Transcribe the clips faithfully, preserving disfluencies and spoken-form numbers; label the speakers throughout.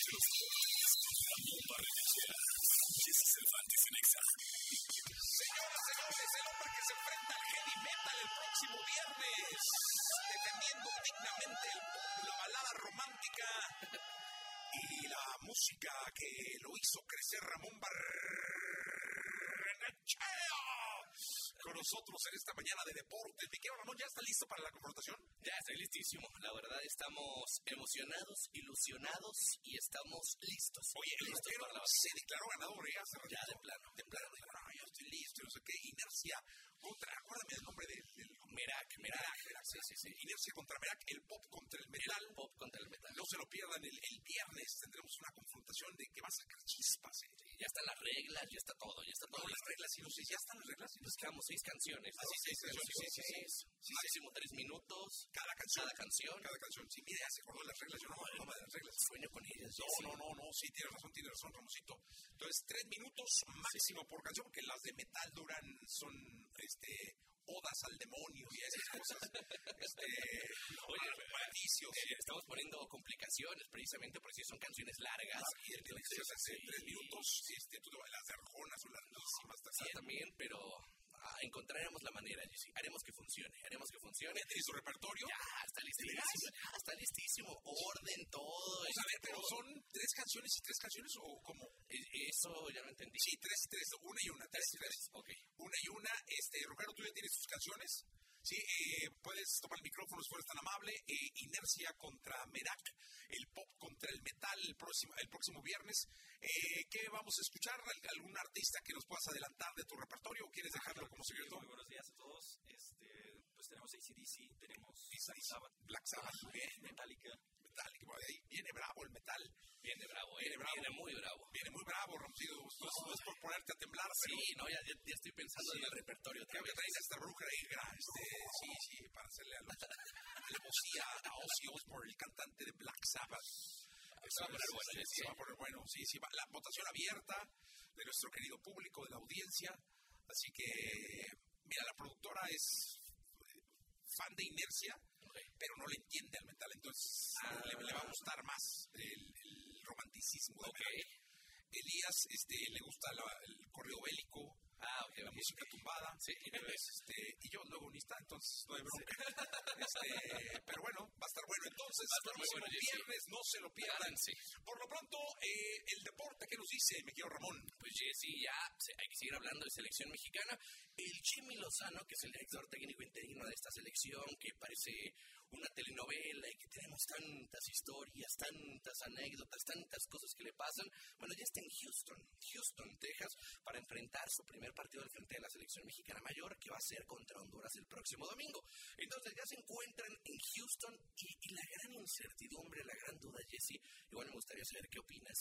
Speaker 1: de los deportes. Ramón Barrenechea. Jesse Cervantes en Exa.
Speaker 2: Señoras, señores, el hombre que se enfrenta al heavy metal el próximo viernes, defendiendo dignamente el pop, la balada romántica y la música que lo hizo crecer Ramón Barrenechea. Con nosotros en esta mañana de deportes. Mi querido Ramón, ¿ya está listo para la confrontación?
Speaker 3: Ya estoy listísimo. La verdad, estamos emocionados, ilusionados y estamos listos.
Speaker 2: Oye, el
Speaker 3: listos
Speaker 2: rockero
Speaker 3: para la
Speaker 2: se declaró ganador ya hace
Speaker 3: Ya,
Speaker 2: ratito.
Speaker 3: de plano.
Speaker 2: De plano, dijo, no, yo estoy listo, no sé qué. Inercia contra, acuérdame del nombre del... del
Speaker 3: Merak, Merak.
Speaker 2: Merak,
Speaker 3: Sí, sí, sí.
Speaker 2: Inercia contra Merak, el pop contra el metal.
Speaker 3: El pop contra el metal.
Speaker 2: No se lo pierdan, el, el viernes tendremos una confrontación de que va a sacar chispas. ¿eh?
Speaker 3: Sí, ya están las reglas, ya está todo, ya está todo.
Speaker 2: No, las
Speaker 3: listo.
Speaker 2: reglas, si no sé, ya están las reglas.
Speaker 3: Nos quedamos seis canciones.
Speaker 2: Ah, sí, seis canciones, sí, sí, sí. Sí,
Speaker 3: Máximo tres minutos.
Speaker 2: Cada canción.
Speaker 3: Cada canción.
Speaker 2: Cada canción. Sí, mire, ya se acordó de las reglas, yo no me acuerdo de las reglas.
Speaker 3: Sueño con ellas.
Speaker 2: No, no, no, no, sí, tiene razón, tiene razón, Ramosito. Entonces, tres minutos máximo por canción, porque las de metal duran, son, este, odas al demonio y esas cosas. este,
Speaker 3: Oye,
Speaker 2: malicios.
Speaker 3: eh, estamos poniendo complicaciones precisamente porque si son canciones largas.
Speaker 2: Y el que dice hace tres minutos, sí, este, tú las de Arjona son larguísimas
Speaker 3: Sí, también, pero ah, encontraremos la manera, Jessy. Haremos que funcione, haremos que funcione.
Speaker 2: ¿Tienes tu repertorio?
Speaker 3: Ya, está listísimo. Ya, está listísimo. Orden, todo.
Speaker 2: O sea, a ver,
Speaker 3: este,
Speaker 2: pero
Speaker 3: todo.
Speaker 2: son tres canciones y tres canciones o cómo?
Speaker 3: Eh, Eso ya lo entendí.
Speaker 2: Sí, tres y tres, una y una, tres y tres.
Speaker 3: Ok.
Speaker 2: Una y una, este, Roberto, tú ya tienes tus canciones. Sí, eh, puedes tomar el micrófono si fueres tan amable. Eh, Inercia contra Merak, el pop contra el metal el próximo, el próximo viernes. Eh, ¿Qué vamos a escuchar? ¿Algún artista que nos puedas adelantar de tu repertorio o quieres dejarlo como secreto?
Speaker 4: Muy buenos días a todos. Este, pues tenemos A C D C, tenemos
Speaker 2: Black
Speaker 4: Sabbath,
Speaker 2: Black Sabbath, bien.
Speaker 4: Metallica.
Speaker 2: Metallica, por ahí viene bravo el metal.
Speaker 3: Viene bravo, eh.
Speaker 2: Viene bravo.
Speaker 3: Viene muy bravo.
Speaker 2: Viene muy bravo, Ramosito. No, no es por ponerte a temblar, pero...
Speaker 3: Sí, no, ya, ya, ya estoy pensando
Speaker 2: Sí.
Speaker 3: en el repertorio otra
Speaker 2: Creo que
Speaker 3: vez.
Speaker 2: traes a esta bruja negra, este, sí, sí, para hacerle a, los, a la vocía a Ozzy Osbourne, el cantante de Black Sabbath.
Speaker 3: Se va a poner bueno,
Speaker 2: sí,
Speaker 3: Jessy.
Speaker 2: se va a poner bueno, sí, sí, va, la votación abierta de nuestro querido público, de la audiencia, así que, mira, la productora es fan de Inercia,
Speaker 3: Okay.
Speaker 2: pero no le entiende al metal, entonces
Speaker 3: Ah.
Speaker 2: le, le va a gustar más el, el romanticismo de
Speaker 3: Ok.
Speaker 2: Merak. Elías, este, le gusta la, el corrido bélico,
Speaker 3: Ah, ok.
Speaker 2: la música tumbada,
Speaker 3: Sí.
Speaker 2: entonces, este, y yo luego unista, entonces no hay bronca. Este, pero bueno, va a estar bueno. Entonces,
Speaker 3: Va a estar muy
Speaker 2: próximo
Speaker 3: bueno, Jessy.
Speaker 2: viernes, no se lo pierdan.
Speaker 3: Sí.
Speaker 2: Por lo pronto, eh, el deporte que nos dice, me quiero Ramón.
Speaker 3: Pues Jessy, ya se- hay que seguir hablando de selección mexicana. El Jimmy Lozano, que es el director técnico interino de esta selección, que parece una telenovela y que tenemos tantas historias, tantas anécdotas, tantas cosas que le pasan. Bueno, ya está en Houston, Houston, Texas, para enfrentar su primer partido al frente de la selección mexicana mayor, que va a ser contra Honduras el próximo domingo. Entonces ya se encuentran en Houston y, y la gran incertidumbre, la gran duda, Jessy, igual me gustaría saber qué opinas,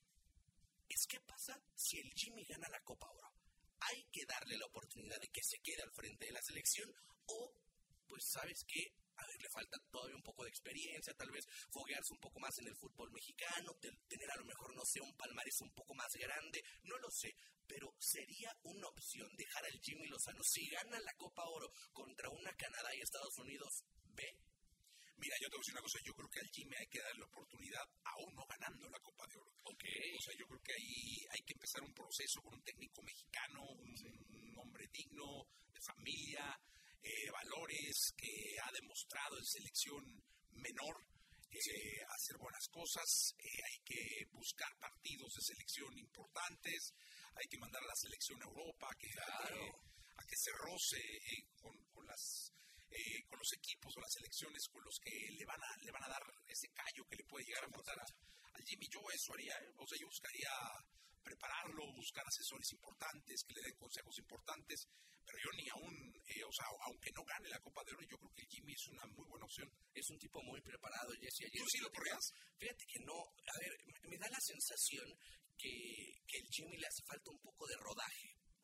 Speaker 3: es qué pasa si el Jimmy gana la Copa Oro. Hay que darle la oportunidad de que se quede al frente de la selección o, pues, ¿sabes qué? A ver, le falta todavía un poco de experiencia, tal vez foguearse un poco más en el fútbol mexicano, te- tener a lo mejor, no sé, un palmarés un poco más grande, no lo sé, pero sería una opción dejar al Jimmy Lozano, si gana la Copa Oro contra una Canadá y Estados Unidos B.
Speaker 2: Mira, yo te voy a decir una cosa, yo creo que al Jimmy hay que darle la oportunidad, aún no ganando la Copa de Oro.
Speaker 3: Ok.
Speaker 2: O sea, yo creo que ahí hay que empezar un proceso con un técnico mexicano, un, un hombre digno, de familia, eh, valores, que ha demostrado en selección menor eh, hacer buenas cosas. Eh, hay que buscar partidos de selección importantes, hay que mandar a la selección a Europa, a que,
Speaker 3: Claro.
Speaker 2: a que, a que se roce eh, con, con las... Eh, con los equipos o las selecciones con los que le van a le van a dar ese callo que le puede llegar a faltar a, al Jimmy. Yo eso haría, ¿eh? O sea, yo buscaría prepararlo, buscar asesores importantes que le den consejos importantes, pero yo ni aún, eh, o sea, aunque no gane la Copa de Oro, yo creo que el Jimmy es una muy buena opción.
Speaker 3: Es un tipo muy preparado, Jessy. Ayer
Speaker 2: ¿Tú sí lo corrías?
Speaker 3: Fíjate que no, a ver, me, me da la sensación que, que el Jimmy le hace falta un poco de rodaje.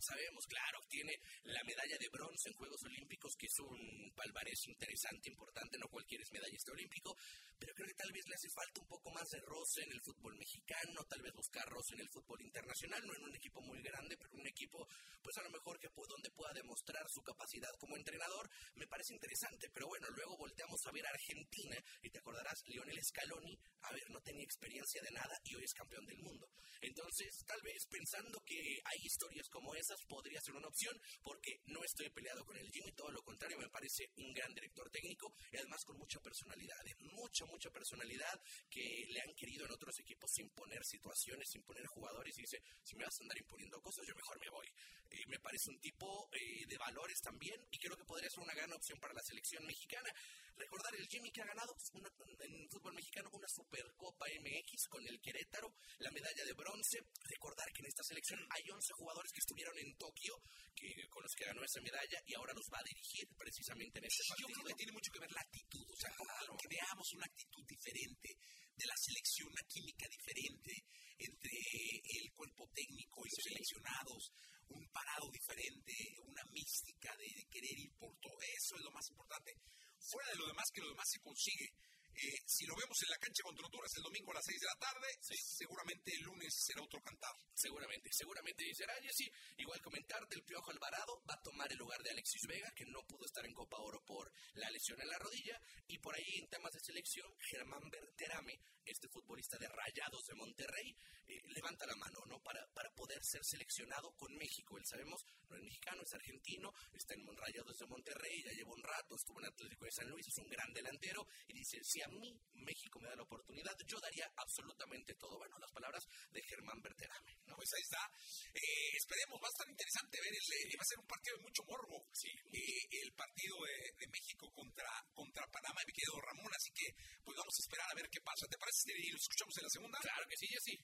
Speaker 3: sabemos, claro, tiene la medalla de bronce en Juegos Olímpicos, que es un palmarés interesante, importante, no cualquier es medallista olímpico, pero creo que tal vez le hace falta un poco más de roce en el fútbol mexicano, tal vez buscar roce en el fútbol internacional, no en un equipo muy grande, pero un equipo, pues a lo mejor que donde pueda demostrar su capacidad como entrenador, me parece interesante, pero bueno, luego volteamos a ver a Argentina, y te acordarás, Lionel Scaloni, a ver, no tenía experiencia de nada, y hoy es campeón del mundo. Entonces, tal vez pensando que hay historias como esas, podría ser una opción, porque no estoy peleado con el Jimmy, todo lo contrario, me parece un gran director técnico, y además con mucha personalidad, mucha, mucha personalidad, que le han querido en otros equipos imponer situaciones, imponer jugadores, y dice, si me vas a andar imponiendo cosas, yo mejor me voy. Eh, me parece un tipo eh, de valores también, y creo que podría ser una gran opción para la selección mexicana. Recordar el Jimmy que ha ganado una, en fútbol mexicano una Supercopa M X con el Querétaro, la medalla de bronce. Recordar que en esta selección hay once jugadores que estuvieron en Tokio, que, con los que ganó esa medalla, y ahora los va a dirigir precisamente en este partido.
Speaker 2: Yo creo que tiene mucho que ver la actitud, o sea, claro, que veamos una actitud diferente de la selección, una química diferente entre el cuerpo técnico y los seleccionados, un parado diferente, una mística de, de querer ir por todo. Eso es lo más importante. Fuera de lo demás, que lo demás se consigue. Eh, si lo vemos en la cancha contra Honduras el domingo a las seis de la tarde, sí, seguramente el lunes será otro cantar.
Speaker 3: Seguramente, seguramente será, Jessy. Igual comentarte, el Piojo Alvarado va a tomar el lugar de Alexis Vega, que no pudo estar en Copa Oro por la lesión en la rodilla. Y por ahí, en temas de selección, Germán Berterame, este futbolista de Rayados de Monterrey, eh, levanta la mano, ¿no? Para, para poder ser seleccionado con México. Él, sabemos, no es mexicano, es argentino, está en Rayados de Monterrey, ya lleva un rato, estuvo en Atlético de San Luis, es un gran delantero, y dice, si a mí México me da la oportunidad, yo daría absolutamente todo. Bueno, las palabras de Germán Berterame, ¿no?
Speaker 2: Pues ahí está. Eh, esperemos, va a estar interesante ver, el, va a ser un partido de mucho morbo.
Speaker 3: Sí.
Speaker 2: Eh, el partido de, de México contra, contra Panamá, mi querido Ramón, así que pues vamos a esperar a ver qué pasa. ¿Te parece si lo escuchamos en la segunda?
Speaker 3: Claro que sí, Jessy.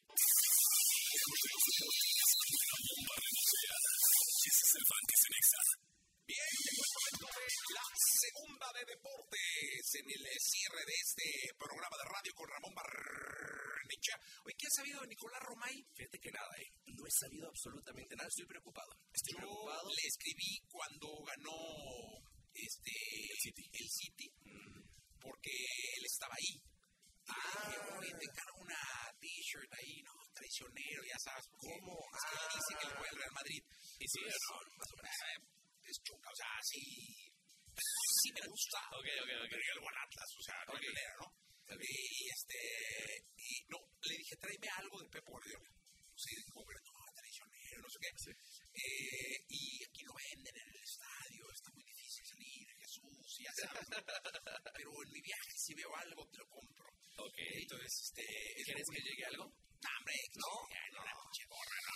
Speaker 2: Bien, llegó el momento de la segunda de deportes en el cierre de este programa de radio con Ramón Barnechea. Oye, ¿qué has sabido de Nicolás Romay?
Speaker 3: Fíjate que nada, ¿eh? No he sabido absolutamente nada, estoy preocupado. Estoy
Speaker 2: Yo
Speaker 3: preocupado.
Speaker 2: le escribí cuando ganó este
Speaker 3: el City,
Speaker 2: el City mm. porque él estaba ahí. Ah, oye, te encargo una t-shirt ahí, ¿no? Traicionero, ya sabes.
Speaker 3: ¿Cómo?
Speaker 2: Es que ah. dice que le fue al Real Madrid.
Speaker 3: Y sí,
Speaker 2: pues,
Speaker 3: no, más o menos.
Speaker 2: Es chunga, o sea, sí, sí me gusta.
Speaker 3: Ok, ok, ok.
Speaker 2: Pero el Atlas, o sea, no hay manera, ¿no? Y este, y no, le dije, tráeme algo de Pep Guardiola. Sí, dijo, pero no, traicionero, no sé qué. Sí. Eh, y aquí lo venden en el estadio, está muy difícil salir, Jesús, y ya sabes, ¿no? Pero en mi viaje, si veo algo, te lo compro.
Speaker 3: Ok.
Speaker 2: Entonces, este...
Speaker 3: ¿Quieres que llegue algo?
Speaker 2: No, hombre, no. No, no, pinche gorra, no.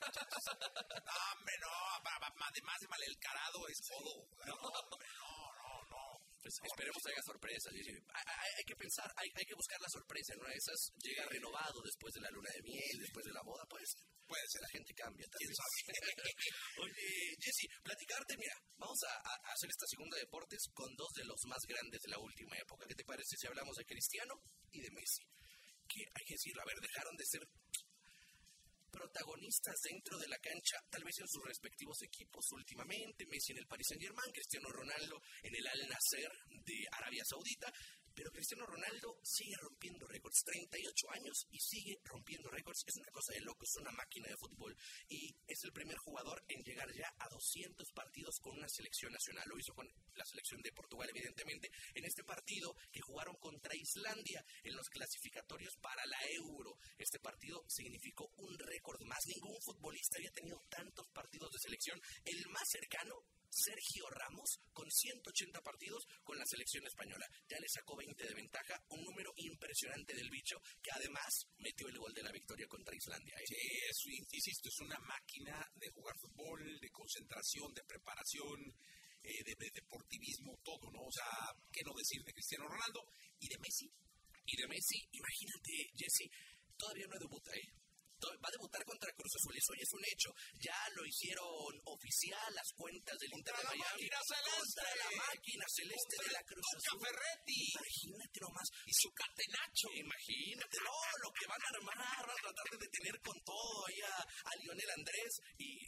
Speaker 2: No, hombre, no. Además de mal el carado es todo. No, hombre, no, no, no.
Speaker 3: Pues esperemos que haya sorpresas. Hay, hay, hay que pensar, hay, hay que buscar la sorpresa. En una de esas llega renovado después de la luna de miel, después de la boda, puede ser. Puede ser, la gente cambia. ¿Quién sabe? Oye, Jessy, platicarte, mira, vamos a, a hacer esta segunda de deportes con dos de los más grandes de la última época. ¿Qué te parece si hablamos de Cristiano y de Messi? Que hay que decirlo, a ver, dejaron de ser protagonistas dentro de la cancha, tal vez en sus respectivos equipos últimamente. Messi en el Paris Saint-Germain, Cristiano Ronaldo en el Al Nassr de Arabia Saudita, pero Cristiano Ronaldo sigue rompiendo récords, treinta y ocho años y sigue rompiendo récords. Es una cosa de loco, es una máquina de fútbol y es el primer jugador en llegar ya a doscientos partidos con una selección nacional. Lo hizo con la selección de Portugal, evidentemente, en este partido que jugaron contra Islandia en los clasificatorios para la Euro. Este partido significó un récord más. Ningún futbolista había tenido tantos partidos de selección. El más cercano, Sergio Ramos, con ciento ochenta partidos con la selección española. Ya le sacó veinte de ventaja, un número impresionante del bicho, que además metió el gol de la victoria contra Islandia. ¿eh?
Speaker 2: Sí, eso, insisto, es una máquina de jugar fútbol, de concentración, de preparación, eh, de, de deportivismo, todo, ¿no? O sea, ¿qué no decir de Cristiano Ronaldo? Y de Messi.
Speaker 3: Y de Messi, imagínate, Jessy, todavía no debuta, ¿eh? Va a debutar contra Cruz Azul, eso ya es un hecho. Ya lo hicieron oficial las cuentas del Inter de Miami. Contra la máquina celeste de la Cruz Azul.
Speaker 2: Ferretti.
Speaker 3: Imagínate nomás.
Speaker 2: Y su catenacho.
Speaker 3: Imagínate, no, lo que van a armar, van a tratar de detener con todo ahí a, a Lionel Andrés. ¿Y qué va a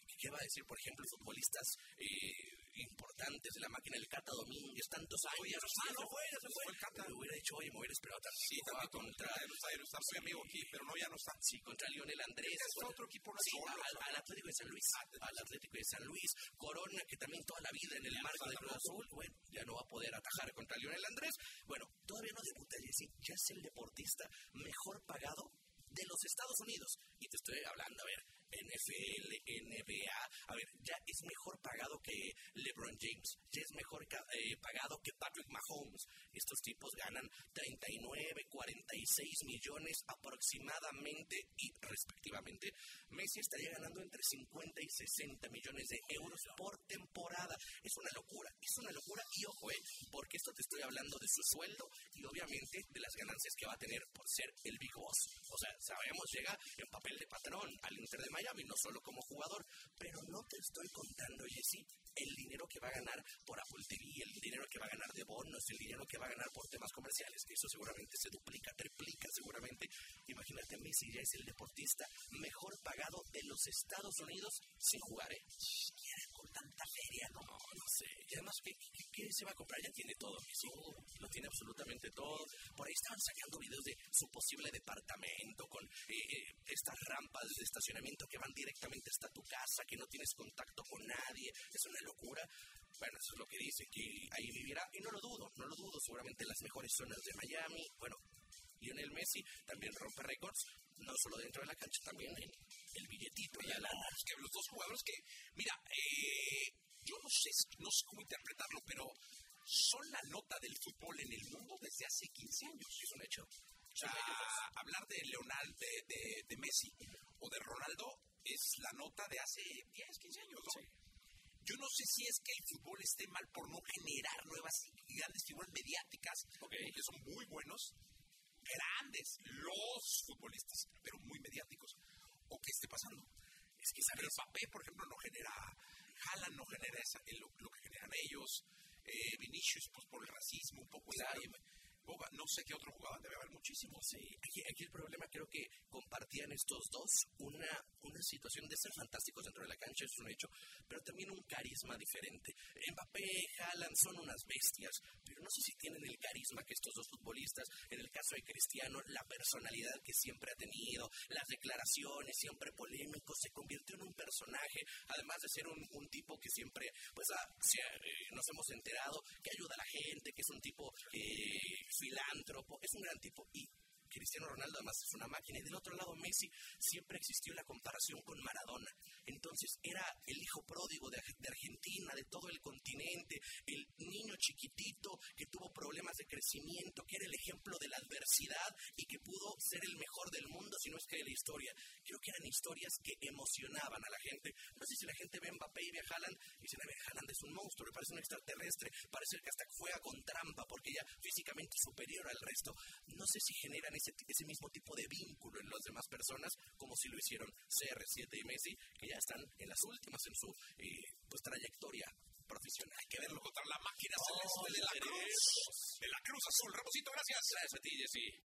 Speaker 3: decir, por ejemplo, futbolistas eh, importantes de la máquina, el Cata Domínguez, tantos años.
Speaker 2: Ya no está,
Speaker 3: sí,
Speaker 2: ¿no?
Speaker 3: se fue, ya se fue.
Speaker 2: el Cata.
Speaker 3: Me hubiera dicho, oye, me hubiera esperado también.
Speaker 2: Sí, también contra, ya no está, ya no está, soy amigo aquí, pero no, ya no está.
Speaker 3: Sí, contra Lionel Andrés.
Speaker 2: Es
Speaker 3: bueno,
Speaker 2: otro equipo, no
Speaker 3: sí,
Speaker 2: solo,
Speaker 3: al, al Atlético de San Luis. Al Atlético de San Luis. Corona, que también toda la vida en el marco del Cruz Azul, bueno, ya no va a poder atajar contra Lionel Andrés. Bueno, todavía no debuta, Jesse, ya es el deportista mejor pagado de los Estados Unidos. Y te estoy hablando, a ver, N F L, N B A, a ver, ya es mejor pagado que LeBron James, ya es mejor eh, pagado que Patrick Mahomes. Estos tipos ganan treinta y nueve, cuarenta y seis millones aproximadamente y respectivamente. Messi estaría ganando entre cincuenta y sesenta millones de euros por temporada. Es una locura, es una locura y ojo, eh, porque esto te estoy hablando de su sueldo y obviamente de las ganancias que va a tener por ser el Big Boss. O sea, sabemos, llega en papel de patrón al Inter de Miami, no solo como jugador, pero no te estoy contando, Jesse, el dinero que va a ganar por Apple T V, el dinero que va a ganar de bonos, el dinero que va a ganar por temas comerciales, que eso seguramente se duplica, triplica seguramente. Imagínate, Messi ya es el deportista mejor pagado de los Estados Unidos sin jugar, ¿eh? ¿Quieren con tanta feria? No, no sé. Y además, ¿qué, qué, qué se va a comprar? Ya tiene todo, Messi. Lo tiene absolutamente todo. Por ahí estaban sacando videos de su posible departamento con eh, eh, estas rampas de estacionamiento que van directamente hasta tu casa, que no tienes contacto con nadie. Es una locura. Bueno, eso es lo que dicen, que ahí vivirá. Y no lo dudo, no lo dudo. Seguramente en las mejores zonas de Miami. Bueno, Lionel Messi también rompe récords, no solo dentro de la cancha, también en el billetito y la lana.
Speaker 2: Es que los dos jugadores que, mira, eh, yo no sé, no sé cómo interpretarlo, pero son la nota del fútbol en el mundo desde hace quince años.
Speaker 3: Es un hecho.
Speaker 2: O sea, hablar de Leonel, de, de, de Messi o de Ronaldo es la nota de hace diez, quince años, ¿no? Sí. Yo no sé si es que el fútbol esté mal por no generar nuevas y grandes figuras mediáticas, okay, que son muy buenos, grandes, los futbolistas, pero muy mediáticos. ¿O qué esté pasando? Es que saber Mbappé, por ejemplo, no genera, Haaland no genera esa, lo, lo que generan ellos, eh, Vinicius, pues por el racismo, un poco, claro. Boba, no sé qué otro jugador, debe haber muchísimos.
Speaker 3: Sí, aquí, aquí el problema creo que compartían estos dos una, una situación de ser fantásticos dentro de la cancha, es un hecho, pero también un carisma diferente. Mbappé, Haaland son unas bestias, pero no sé si tienen el carisma que estos dos futbolistas. En el caso de Cristiano, la personalidad que siempre ha tenido, las declaraciones, siempre polémicos, se convirtió en un personaje, además de ser un, un tipo que siempre, pues, ah, o sea, eh, nos hemos enterado que ayuda a la gente, que es un tipo eh, filántropo, es un gran tipo. Y Cristiano Ronaldo además es una máquina. Y del otro lado Messi, siempre existió la comparación con Maradona. Entonces era el hijo pródigo de, de Argentina, de todo el continente, el niño chiquitito que tuvo problemas de crecimiento, que era el ejemplo de la adversidad y que pudo ser el mejor del mundo, si no es que de la historia. Creo que eran historias que emocionaban a la gente. No sé si la gente ve a Mbappé y ve a Haaland y dicen, a ver, Haaland es un monstruo, le parece un extraterrestre, parece que hasta juega con trampa porque ya físicamente superior al resto. No sé si generan ese, ese mismo tipo de vínculo en las demás personas, como si lo hicieron C R siete y Messi, que ya están en las últimas en su eh, pues, trayectoria profesional.
Speaker 2: Hay que verlo contra la máquina oh, celeste de la Cruz. De la Cruz Azul. Ramosito, gracias.
Speaker 3: Gracias a ti, Jessy.